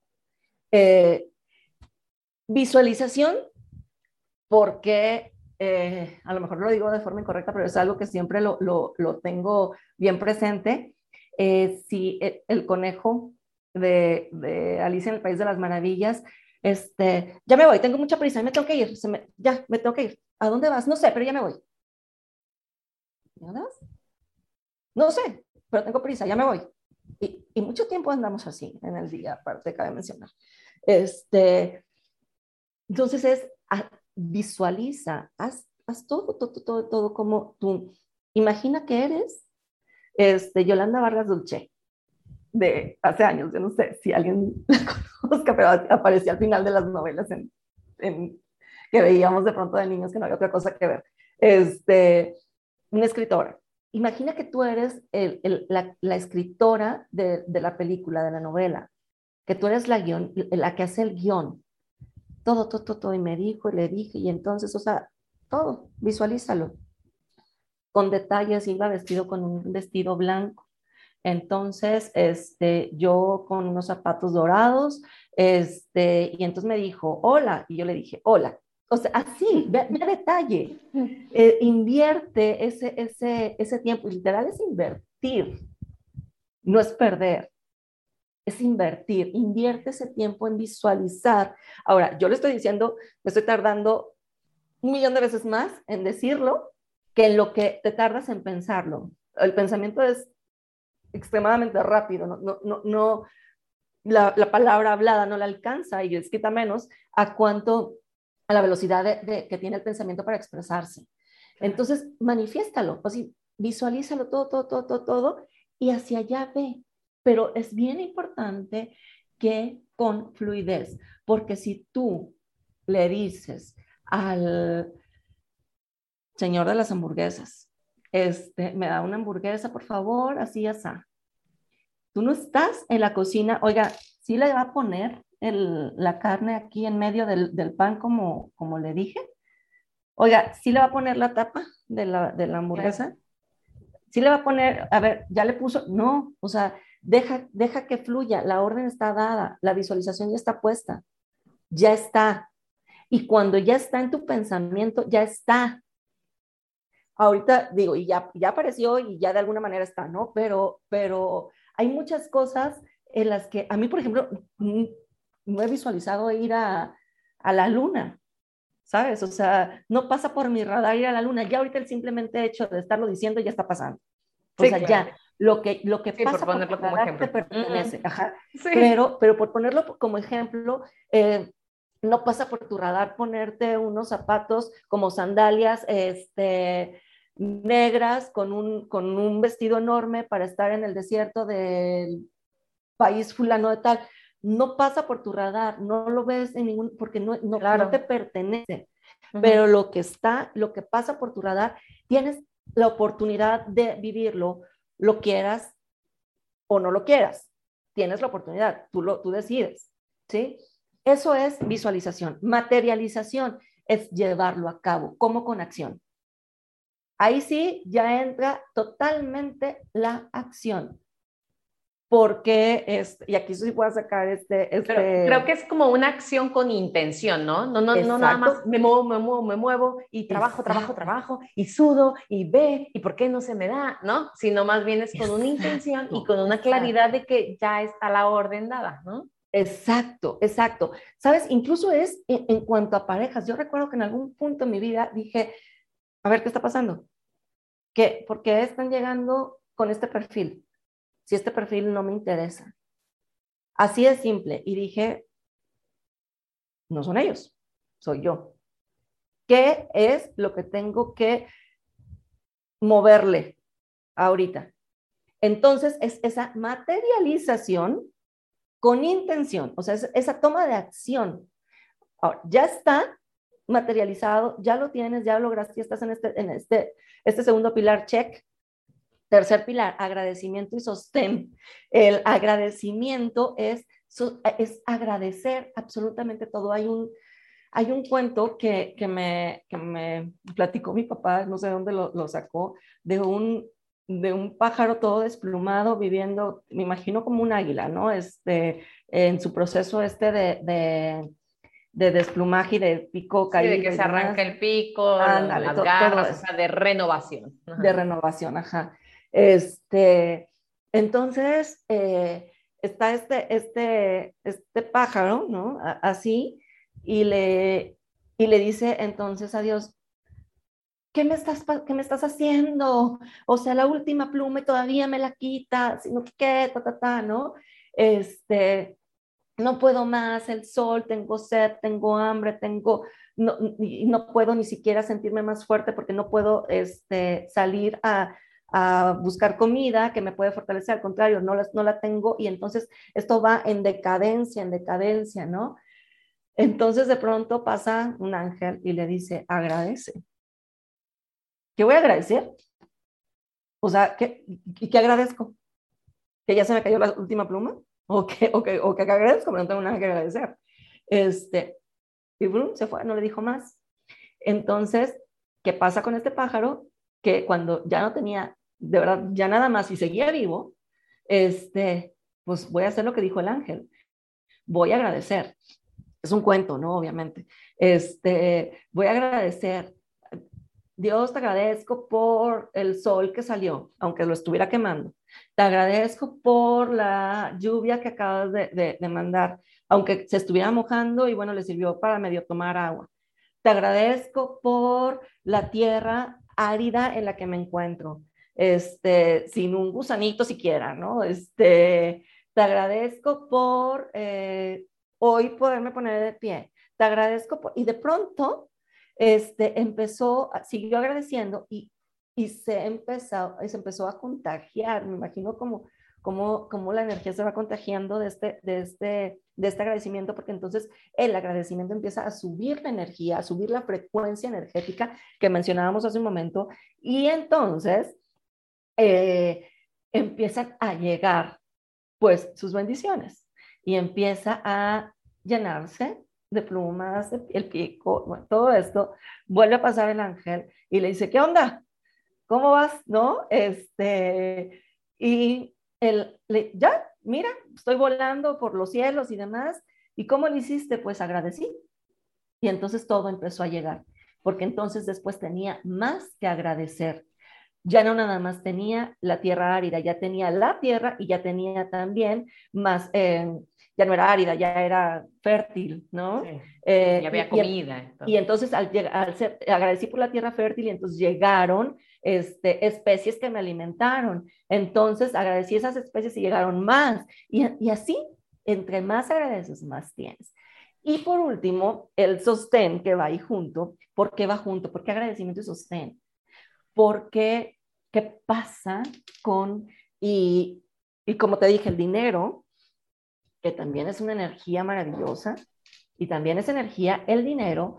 Visualización, porque a lo mejor lo digo de forma incorrecta, pero es algo que siempre lo tengo bien presente. Si el conejo de Alicia en el País de las Maravillas, ya me voy, tengo mucha prisa, me tengo que ir, ya me tengo que ir. ¿A dónde vas? No sé, pero ya me voy. ¿Dónde vas? No sé, pero tengo prisa, ya me voy. Y mucho tiempo andamos así en el día, aparte cabe mencionar. Entonces visualiza, haz todo como tú. Imagina que eres Yolanda Vargas Dulce, de hace años, yo no sé si alguien la conozca, pero aparecía al final de las novelas que veíamos de pronto de niños que no había otra cosa que ver. Una escritora. imagina que tú eres la escritora de la película, de la novela, que tú eres la que hace el guión. Todo, y me dijo, y le dije, y entonces, o sea, todo, visualízalo. Con detalles, iba vestido con un vestido blanco. Entonces, yo con unos zapatos dorados, y entonces me dijo, hola, y yo le dije, hola. O sea, así, ve a detalle. Invierte ese tiempo, y literal es invertir, no es perder, es invertir, invierte ese tiempo en visualizar. Ahora, yo le estoy diciendo, me estoy tardando 1,000,000 de veces más en decirlo que en lo que te tardas en pensarlo. El pensamiento es extremadamente rápido, no la palabra hablada no la alcanza y escrita menos a la velocidad que tiene el pensamiento para expresarse. Entonces, manifiéstalo, o sea, visualízalo todo, y hacia allá ve. Pero es bien importante que con fluidez, porque si tú le dices al señor de las hamburguesas, me da una hamburguesa, por favor, así, así. Tú no estás en la cocina, oiga, ¿sí le va a poner la carne aquí en medio del pan como le dije? Oiga, ¿sí le va a poner la tapa de la hamburguesa? Claro. ¿Sí le va a poner, a ver, ya le puso? No, o sea, deja que fluya, la orden está dada, la visualización ya está puesta, ya está. Y cuando ya está en tu pensamiento, ya está. Ahorita digo, y ya apareció y ya de alguna manera está, ¿no? Pero hay muchas cosas en las que a mí, por ejemplo, no he visualizado ir a la luna, ¿sabes? O sea, no pasa por mi radar ir a la luna. Ya ahorita el simplemente hecho de estarlo diciendo ya está pasando. O Sí, sea, claro. ya, lo que Sí, por pasa por tu ponerlo como radar te ejemplo. pertenece, ajá. Sí. Pero por ponerlo como ejemplo, no pasa por tu radar ponerte unos zapatos como sandalias, negras con un vestido enorme para estar en el desierto del país fulano de tal. No pasa por tu radar, no lo ves en ningún, porque no te Claro. pertenece. Pero Ujú. lo que pasa por tu radar, tienes la oportunidad de vivirlo, lo quieras o no lo quieras. Tienes la oportunidad, tú decides, ¿sí? Eso es visualización. Materialización es llevarlo a cabo, como con acción. Ahí sí ya entra totalmente la acción. Porque, y aquí sí voy a sacar Pero creo que es como una acción con intención, ¿no? No nada más exacto, me muevo y exacto, trabajo y sudo y ve y por qué no se me da, ¿no? Sino más bien es con una intención y exacto, con una claridad exacto. de que ya está la orden dada, ¿no? Exacto, exacto. Sabes, incluso es en cuanto a parejas. Yo recuerdo que en algún punto en mi vida dije, a ver, ¿qué está pasando? ¿Por qué están llegando con este perfil? Si este perfil no me interesa. Así de simple. Y dije, no son ellos, soy yo. ¿Qué es lo que tengo que moverle ahorita? Entonces, es esa materialización con intención, o sea, es esa toma de acción. Ahora, ya está materializado, ya lo tienes, ya lo lograste, ya estás en este segundo pilar, check. Tercer pilar, agradecimiento y sostén. El agradecimiento es agradecer absolutamente todo. Hay un cuento que me platicó mi papá, no sé dónde lo sacó, de un pájaro todo desplumado viviendo, me imagino como un águila, ¿no? En su proceso de desplumaje y de pico Sí, de que caído y se arranca demás. el pico, Ándale, las todo garras, o eso sea, de renovación. de Ajá. renovación, ajá. Entonces, está este pájaro, ¿no? Así, y le dice entonces a Dios, ¿qué me estás haciendo? O sea, la última pluma y todavía me la quitas, sino que qué, ¿no? Este, no puedo más, el sol, tengo sed, tengo hambre, no puedo ni siquiera sentirme más fuerte porque no puedo salir a buscar comida que me puede fortalecer, al contrario, no la tengo y entonces esto va en decadencia, ¿no? Entonces de pronto pasa un ángel y le dice, agradece. ¿Qué voy a agradecer? O sea, ¿qué agradezco? ¿Que ya se me cayó la última pluma? ¿O que agradezco? Pero no tengo nada que agradecer. Y Bruno se fue, no le dijo más. Entonces, ¿qué pasa con este pájaro? Que cuando ya no tenía, de verdad, ya nada más y seguía vivo, pues voy a hacer lo que dijo el ángel. Voy a agradecer. Es un cuento, ¿no? Obviamente. Voy a agradecer. Dios, te agradezco por el sol que salió, aunque lo estuviera quemando. Te agradezco por la lluvia que acabas de mandar, aunque se estuviera mojando y bueno, le sirvió para medio tomar agua. Te agradezco por la tierra árida en la que me encuentro, sin un gusanito siquiera, ¿no? Te agradezco por hoy poderme poner de pie. Te agradezco y de pronto siguió agradeciendo y se empezó a contagiar. Me imagino como la energía se va contagiando de este agradecimiento, porque entonces el agradecimiento empieza a subir la energía, a subir la frecuencia energética que mencionábamos hace un momento, y entonces empiezan a llegar pues sus bendiciones y empieza a llenarse de plumas, el pico, bueno, todo esto. Vuelve a pasar el ángel y le dice, ¿qué onda? ¿Cómo vas? ¿No? Y ya, mira, estoy volando por los cielos y demás. ¿Y cómo lo hiciste? Pues agradecí. Y entonces todo empezó a llegar, porque entonces después tenía más que agradecer. Ya no nada más tenía la tierra árida, ya tenía la tierra y ya tenía también más, ya no era árida, ya era fértil, ¿no? Sí. Y había comida. Y entonces agradecí por la tierra fértil y entonces llegaron especies que me alimentaron. Entonces agradecí esas especies y llegaron más. Y así, entre más agradeces, más tienes. Y por último, el sostén que va ahí junto. ¿Por qué va junto? ¿Por qué agradecimiento y sostén? Porque, ¿qué pasa con, y como te dije, el dinero, que también es una energía maravillosa, y también es energía, el dinero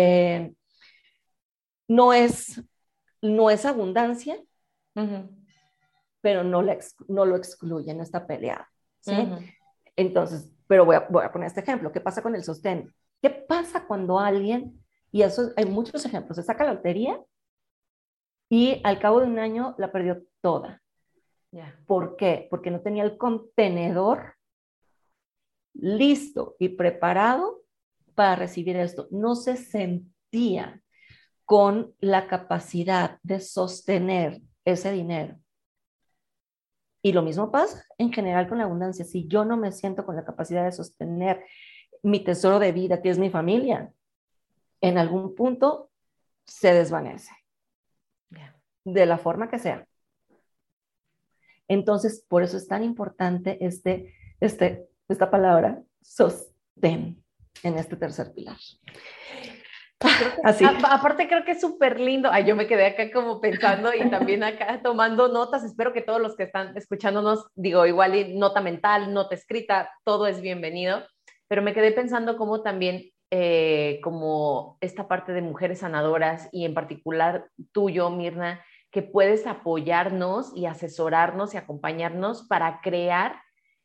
no es abundancia, pero no lo excluye, no está peleado, ¿sí? Entonces, pero voy a poner este ejemplo. ¿Qué pasa con el sostén? ¿Qué pasa cuando alguien, y eso hay muchos ejemplos, se saca la lotería y al cabo de un año la perdió toda? ¿Por qué? Porque no tenía el contenedor listo y preparado para recibir esto. No se sentía con la capacidad de sostener ese dinero. Y lo mismo pasa en general con la abundancia. Si yo no me siento con la capacidad de sostener mi tesoro de vida, que es mi familia, en algún punto se desvanece. De la forma que sea. Entonces, por eso es tan importante esta palabra, sostén, en este tercer pilar. Así. Aparte creo que es súper lindo. Ay, yo me quedé acá como pensando y también acá tomando notas. Espero que todos los que están escuchándonos, digo, igual y nota mental, nota escrita, todo es bienvenido. Pero me quedé pensando cómo también, como esta parte de mujeres sanadoras y en particular tuyo, Mirna, que puedes apoyarnos y asesorarnos y acompañarnos para crear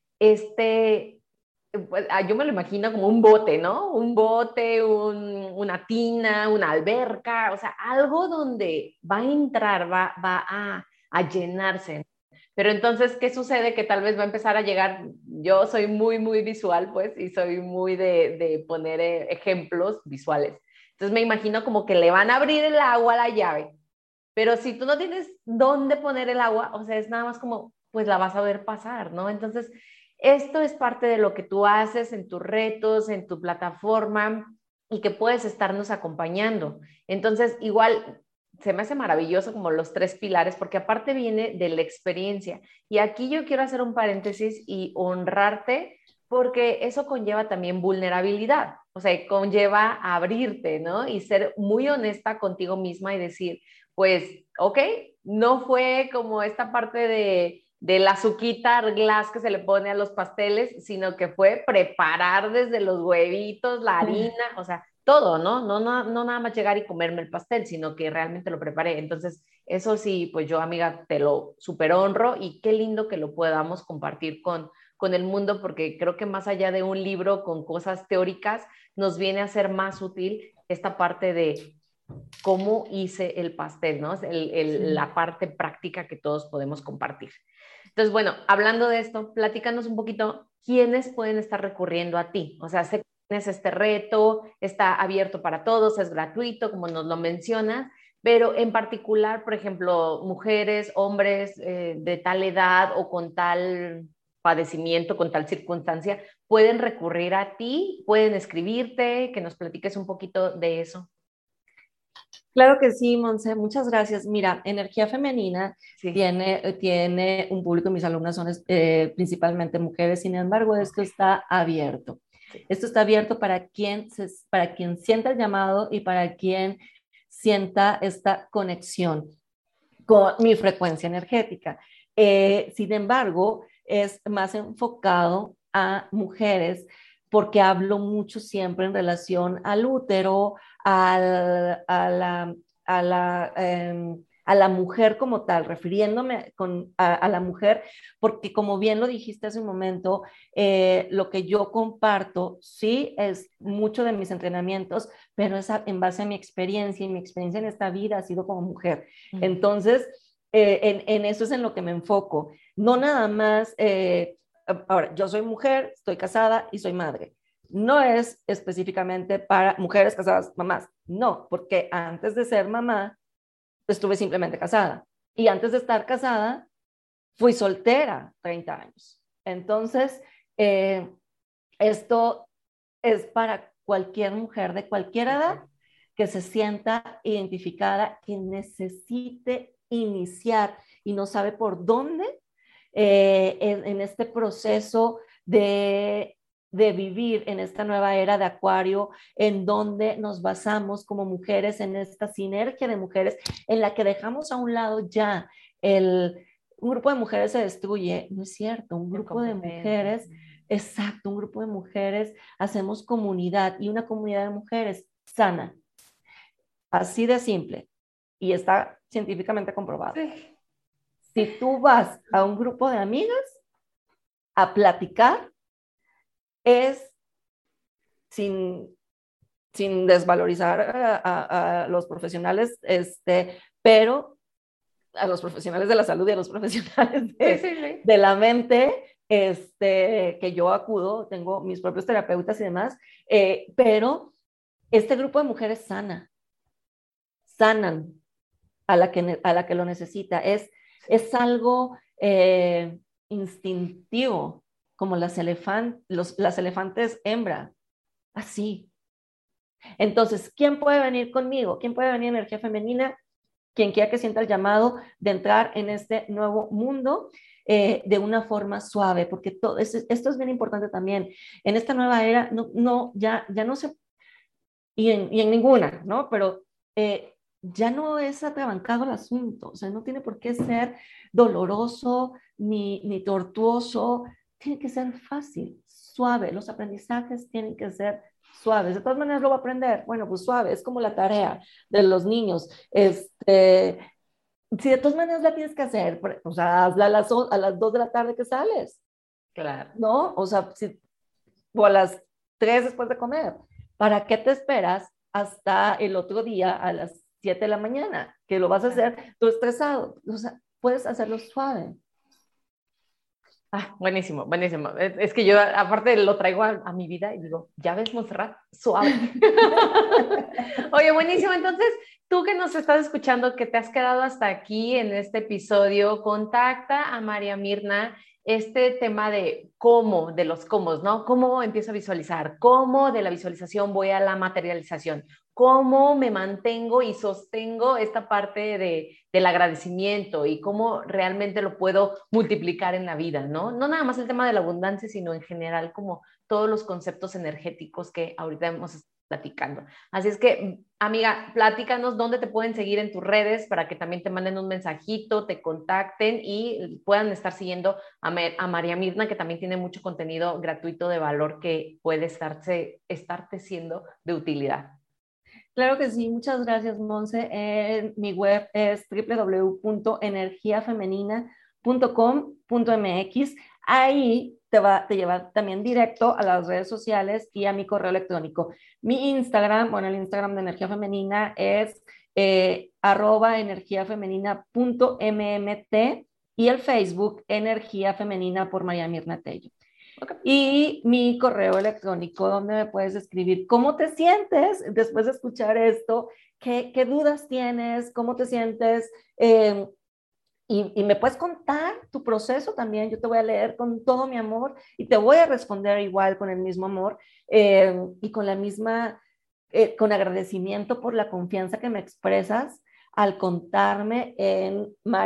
pues, yo me lo imagino como un bote, ¿no? Un bote, una tina, una alberca, o sea, algo donde va a entrar, va a llenarse. Pero entonces, ¿qué sucede? Que tal vez va a empezar a llegar, yo soy muy, muy visual, pues, y soy muy de poner ejemplos visuales. Entonces me imagino como que le van a abrir el agua a la llave, pero si tú no tienes dónde poner el agua, o sea, es nada más como, pues la vas a ver pasar, ¿no? Entonces, esto es parte de lo que tú haces en tus retos, en tu plataforma y que puedes estarnos acompañando. Entonces, igual se me hace maravilloso como los tres pilares, porque aparte viene de la experiencia. Y aquí yo quiero hacer un paréntesis y honrarte, porque eso conlleva también vulnerabilidad, o sea, conlleva abrirte, ¿no? Y ser muy honesta contigo misma y decir, pues, ok, no fue como esta parte de la azuquita glass que se le pone a los pasteles, sino que fue preparar desde los huevitos, la harina, o sea, todo, ¿no? No nada más llegar y comerme el pastel, sino que realmente lo preparé. Entonces, eso sí, pues yo, amiga, te lo super honro y qué lindo que lo podamos compartir con el mundo, porque creo que más allá de un libro con cosas teóricas, nos viene a ser más útil esta parte de cómo hice el pastel, ¿no? La parte práctica que todos podemos compartir. Entonces, bueno, hablando de esto, platícanos un poquito quiénes pueden estar recurriendo a ti. O sea, sé que tienes este reto, está abierto para todos, es gratuito, como nos lo mencionas, pero en particular, por ejemplo, mujeres, hombres de tal edad o con tal padecimiento, con tal circunstancia, pueden recurrir a ti, pueden escribirte, que nos platiques un poquito de eso. Claro que sí, Monse, muchas gracias. Mira, Energía Femenina Sí. tiene un público, mis alumnas son principalmente mujeres, sin embargo, esto está abierto. Sí. Esto está abierto para quien sienta el llamado y para quien sienta esta conexión con mi frecuencia energética. Sin embargo, es más enfocado a mujeres porque hablo mucho siempre en relación al útero, a la mujer como tal, refiriéndome a la mujer, porque como bien lo dijiste hace un momento, lo que yo comparto, sí, es mucho de mis entrenamientos, pero es en base a mi experiencia, y mi experiencia en esta vida ha sido como mujer. Entonces, en eso es en lo que me enfoco. No nada más, ahora, yo soy mujer, estoy casada y soy madre. No es específicamente para mujeres casadas, mamás. No, porque antes de ser mamá, estuve simplemente casada. Y antes de estar casada, fui soltera 30 años. Entonces, esto es para cualquier mujer de cualquier edad que se sienta identificada, que necesite iniciar y no sabe por dónde en este proceso de vivir en esta nueva era de Acuario, en donde nos basamos como mujeres en esta sinergia de mujeres, en la que dejamos a un lado ya un grupo de mujeres se destruye, no es cierto, un grupo de mujeres, exacto, un grupo de mujeres hacemos comunidad y una comunidad de mujeres sana, así de simple, y está científicamente comprobado. Sí. Si tú vas a un grupo de amigas a platicar, es sin desvalorizar a los profesionales, pero a los profesionales de la salud y a los profesionales de la mente, que yo acudo, tengo mis propios terapeutas y demás, pero este grupo de mujeres sanan a la que lo necesita. Es algo instintivo, como las elefantes hembra, así. Entonces, ¿quién puede venir conmigo? ¿Quién puede venir en energía femenina? Quien quiera que sienta el llamado de entrar en este nuevo mundo de una forma suave, porque esto es bien importante también. En esta nueva era, ya no se, y en ninguna, ¿no? Pero ya no es atrabancado el asunto, o sea, no tiene por qué ser doloroso ni tortuoso, tiene que ser fácil, suave, los aprendizajes tienen que ser suaves. De todas maneras lo va a aprender, bueno, pues suave, es como la tarea de los niños. Si de todas maneras la tienes que hacer, o sea, hazla a las 2 de la tarde que sales. Claro. ¿No? O sea, o a las 3 después de comer. ¿Para qué te esperas hasta el otro día a las 7 de la mañana? Que lo vas a hacer tú estresado. O sea, puedes hacerlo suave. Ah, buenísimo, buenísimo. Es que yo aparte lo traigo a mi vida y digo, ya ves, Montserrat, suave. Oye, buenísimo. Entonces, tú que nos estás escuchando, que te has quedado hasta aquí en este episodio, contacta a María Mirna. Este tema de cómo, de los cómo, ¿no? ¿Cómo empiezo a visualizar? ¿Cómo de la visualización voy a la materialización? ¿Cómo me mantengo y sostengo esta parte del agradecimiento y cómo realmente lo puedo multiplicar en la vida, ¿no? No nada más el tema de la abundancia, sino en general como todos los conceptos energéticos que ahorita hemos estado platicando. Así es que, amiga, platícanos dónde te pueden seguir en tus redes para que también te manden un mensajito, te contacten y puedan estar siguiendo a María Mirna, que también tiene mucho contenido gratuito de valor que puede estarte siendo de utilidad. Claro que sí, muchas gracias, Monse. Mi web es www.energiafemenina.com.mx. Ahí te lleva también directo a las redes sociales y a mi correo electrónico. Mi Instagram, bueno, el Instagram de Energía Femenina es @energiafemenina.mmt y el Facebook Energía Femenina por María Mirna Tello. Okay. Y mi correo electrónico donde me puedes escribir cómo te sientes después de escuchar esto, qué dudas tienes, cómo te sientes, y me puedes contar tu proceso también. Yo te voy a leer con todo mi amor y te voy a responder igual con el mismo amor y con la misma, con agradecimiento por la confianza que me expresas al contarme en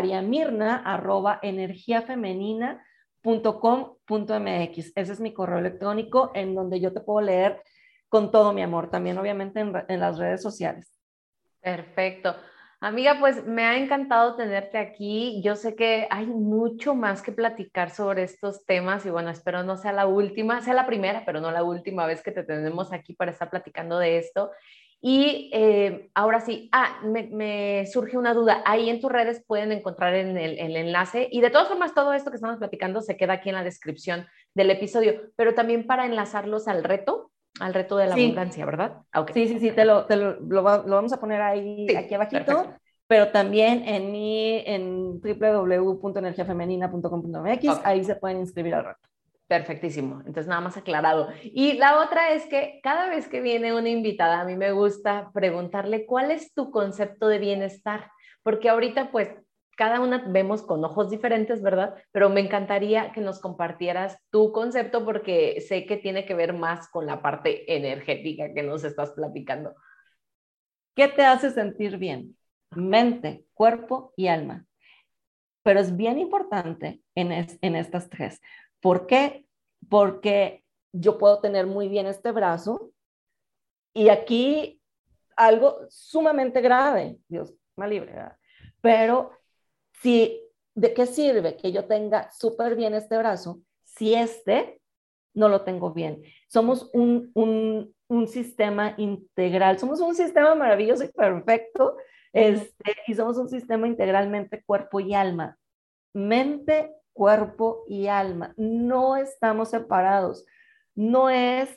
mariamirna@energiafemenina.com.mx. Ese es mi correo electrónico en donde yo te puedo leer con todo mi amor, también obviamente en las redes sociales. Perfecto. Amiga, pues me ha encantado tenerte aquí. Yo sé que hay mucho más que platicar sobre estos temas y bueno, espero no sea la última, sea la primera, pero no la última vez que te tenemos aquí para estar platicando de esto. Y ahora sí, me surge una duda. Ahí en tus redes pueden encontrar el enlace y de todas formas todo esto que estamos platicando se queda aquí en la descripción del episodio, pero también para enlazarlos al reto de la Sí. abundancia, ¿verdad? Okay. Sí, lo vamos a poner ahí, Sí, aquí abajito, perfecto. pero también en www.energiafemenina.com.mx, Okay. ahí se pueden inscribir al reto. Perfectísimo, entonces nada más aclarado. Y la otra es que cada vez que viene una invitada, a mí me gusta preguntarle cuál es tu concepto de bienestar, porque ahorita pues cada una vemos con ojos diferentes, ¿verdad? Pero me encantaría que nos compartieras tu concepto porque sé que tiene que ver más con la parte energética que nos estás platicando. ¿Qué te hace sentir bien? Mente, cuerpo y alma. Pero es bien importante en estas tres. ¿Por qué? Porque yo puedo tener muy bien este brazo y aquí algo sumamente grave, Dios me libre, ¿verdad? Pero si, ¿de qué sirve que yo tenga súper bien este brazo si este no lo tengo bien? Somos un sistema integral, somos un sistema maravilloso y perfecto, y somos un sistema integralmente cuerpo y alma. Mente, cuerpo y alma. No estamos separados. No es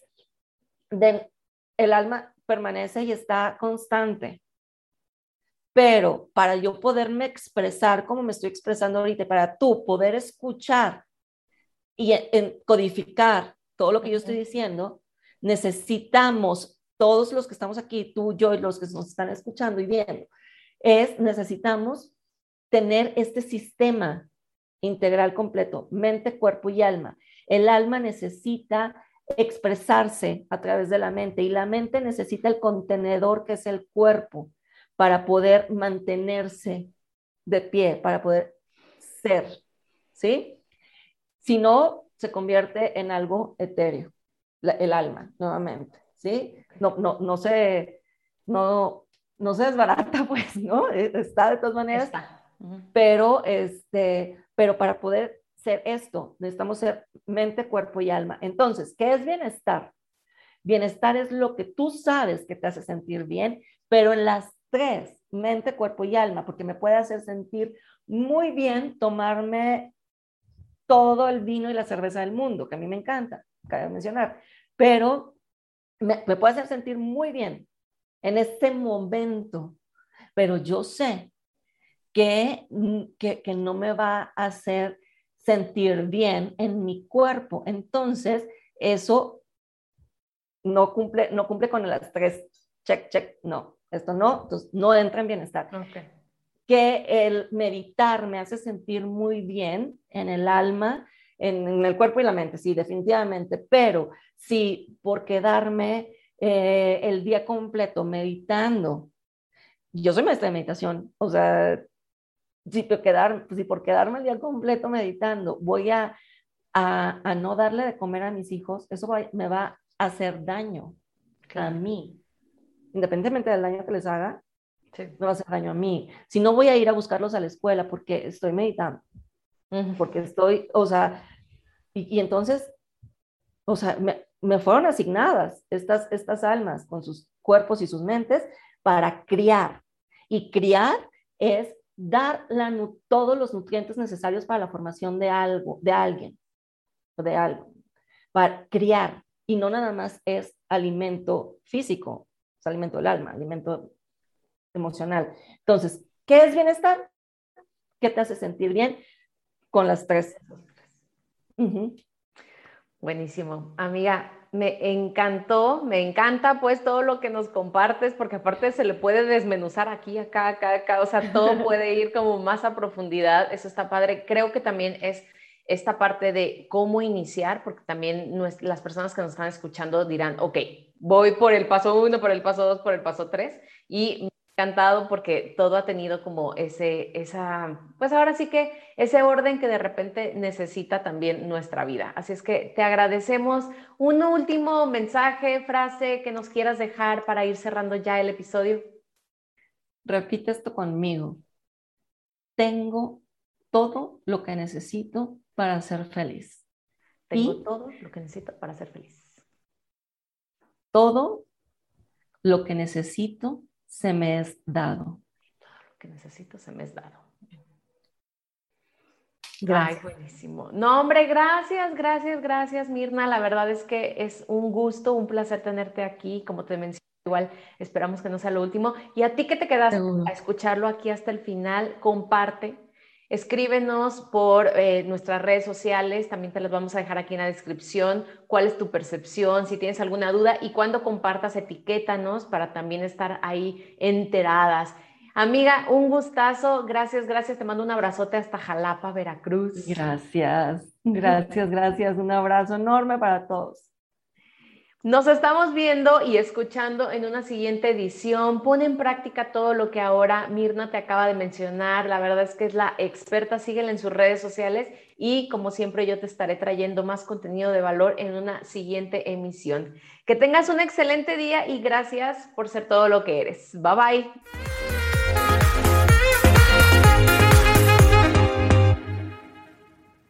el alma permanece y está constante. Pero para yo poderme expresar como me estoy expresando ahorita, para tú poder escuchar y codificar todo lo que yo estoy diciendo, necesitamos, todos los que estamos aquí, tú, yo y los que nos están escuchando y viendo, necesitamos tener este sistema integral completo, mente, cuerpo y alma. El alma necesita expresarse a través de la mente y la mente necesita el contenedor que es el cuerpo para poder mantenerse de pie, para poder ser, ¿sí? Si no, se convierte en algo etéreo, el alma, nuevamente, ¿sí? No se desbarata, pues, ¿no? Está de todas maneras, Está. pero para poder ser esto, necesitamos ser mente, cuerpo y alma. Entonces, ¿qué es bienestar? Bienestar es lo que tú sabes que te hace sentir bien, pero en las tres, mente, cuerpo y alma, porque me puede hacer sentir muy bien tomarme todo el vino y la cerveza del mundo, que a mí me encanta, cabe mencionar, pero me puede hacer sentir muy bien en este momento, pero yo sé que no me va a hacer sentir bien en mi cuerpo. Entonces, eso no cumple con las tres, check, no, esto no, entonces no entra en bienestar. Okay. Que el meditar me hace sentir muy bien en el alma, en el cuerpo y la mente, sí, definitivamente, pero si por quedarme el día completo meditando, yo soy maestra de meditación, o sea, si por quedarme el día completo meditando voy a no darle de comer a mis hijos, eso me va a hacer daño a mí. independientemente del daño que les haga, Sí. me va a hacer daño a mí. Si no voy a ir a buscarlos a la escuela porque estoy meditando, porque estoy, o sea, y entonces, o sea, me fueron asignadas estas almas con sus cuerpos y sus mentes para criar. Y criar es dar todos los nutrientes necesarios para la formación de algo, de alguien, o de algo, para criar. Y no nada más es alimento físico, es alimento del alma, alimento emocional. Entonces, ¿qué es bienestar? ¿Qué te hace sentir bien? Con las tres. Buenísimo. Amiga, me encantó, me encanta pues todo lo que nos compartes, porque aparte se le puede desmenuzar aquí, acá, o sea, todo puede ir como más a profundidad, eso está padre. Creo que también es esta parte de cómo iniciar, porque también las personas que nos están escuchando dirán, ok, voy por el paso 1, por el paso 2, por el paso 3, y me ha encantado porque todo ha tenido como pues ahora sí que ese orden que de repente necesita también nuestra vida. Así es que te agradecemos. Un último mensaje, frase que nos quieras dejar para ir cerrando ya el episodio. Repite esto conmigo. Tengo todo lo que necesito para ser feliz. Tengo todo lo que necesito para ser feliz. Todo lo que necesito se me es dado. Todo lo que necesito se me es dado. Gracias. Ay, buenísimo. No, hombre, gracias, Mirna. La verdad es que es un gusto, un placer tenerte aquí. Como te mencioné, igual esperamos que no sea lo último. Y a ti que te quedaste a escucharlo aquí hasta el final, comparte. Escríbenos por nuestras redes sociales, también te las vamos a dejar aquí en la descripción, cuál es tu percepción, si tienes alguna duda, y cuando compartas, etiquétanos para también estar ahí enteradas. Amiga, un gustazo, gracias, te mando un abrazote hasta Jalapa, Veracruz. Gracias, un abrazo enorme para todos. Nos estamos viendo y escuchando en una siguiente edición. Pon en práctica todo lo que ahora Mirna te acaba de mencionar. La verdad es que es la experta. Síguela en sus redes sociales y como siempre yo te estaré trayendo más contenido de valor en una siguiente emisión. Que tengas un excelente día y gracias por ser todo lo que eres. Bye bye.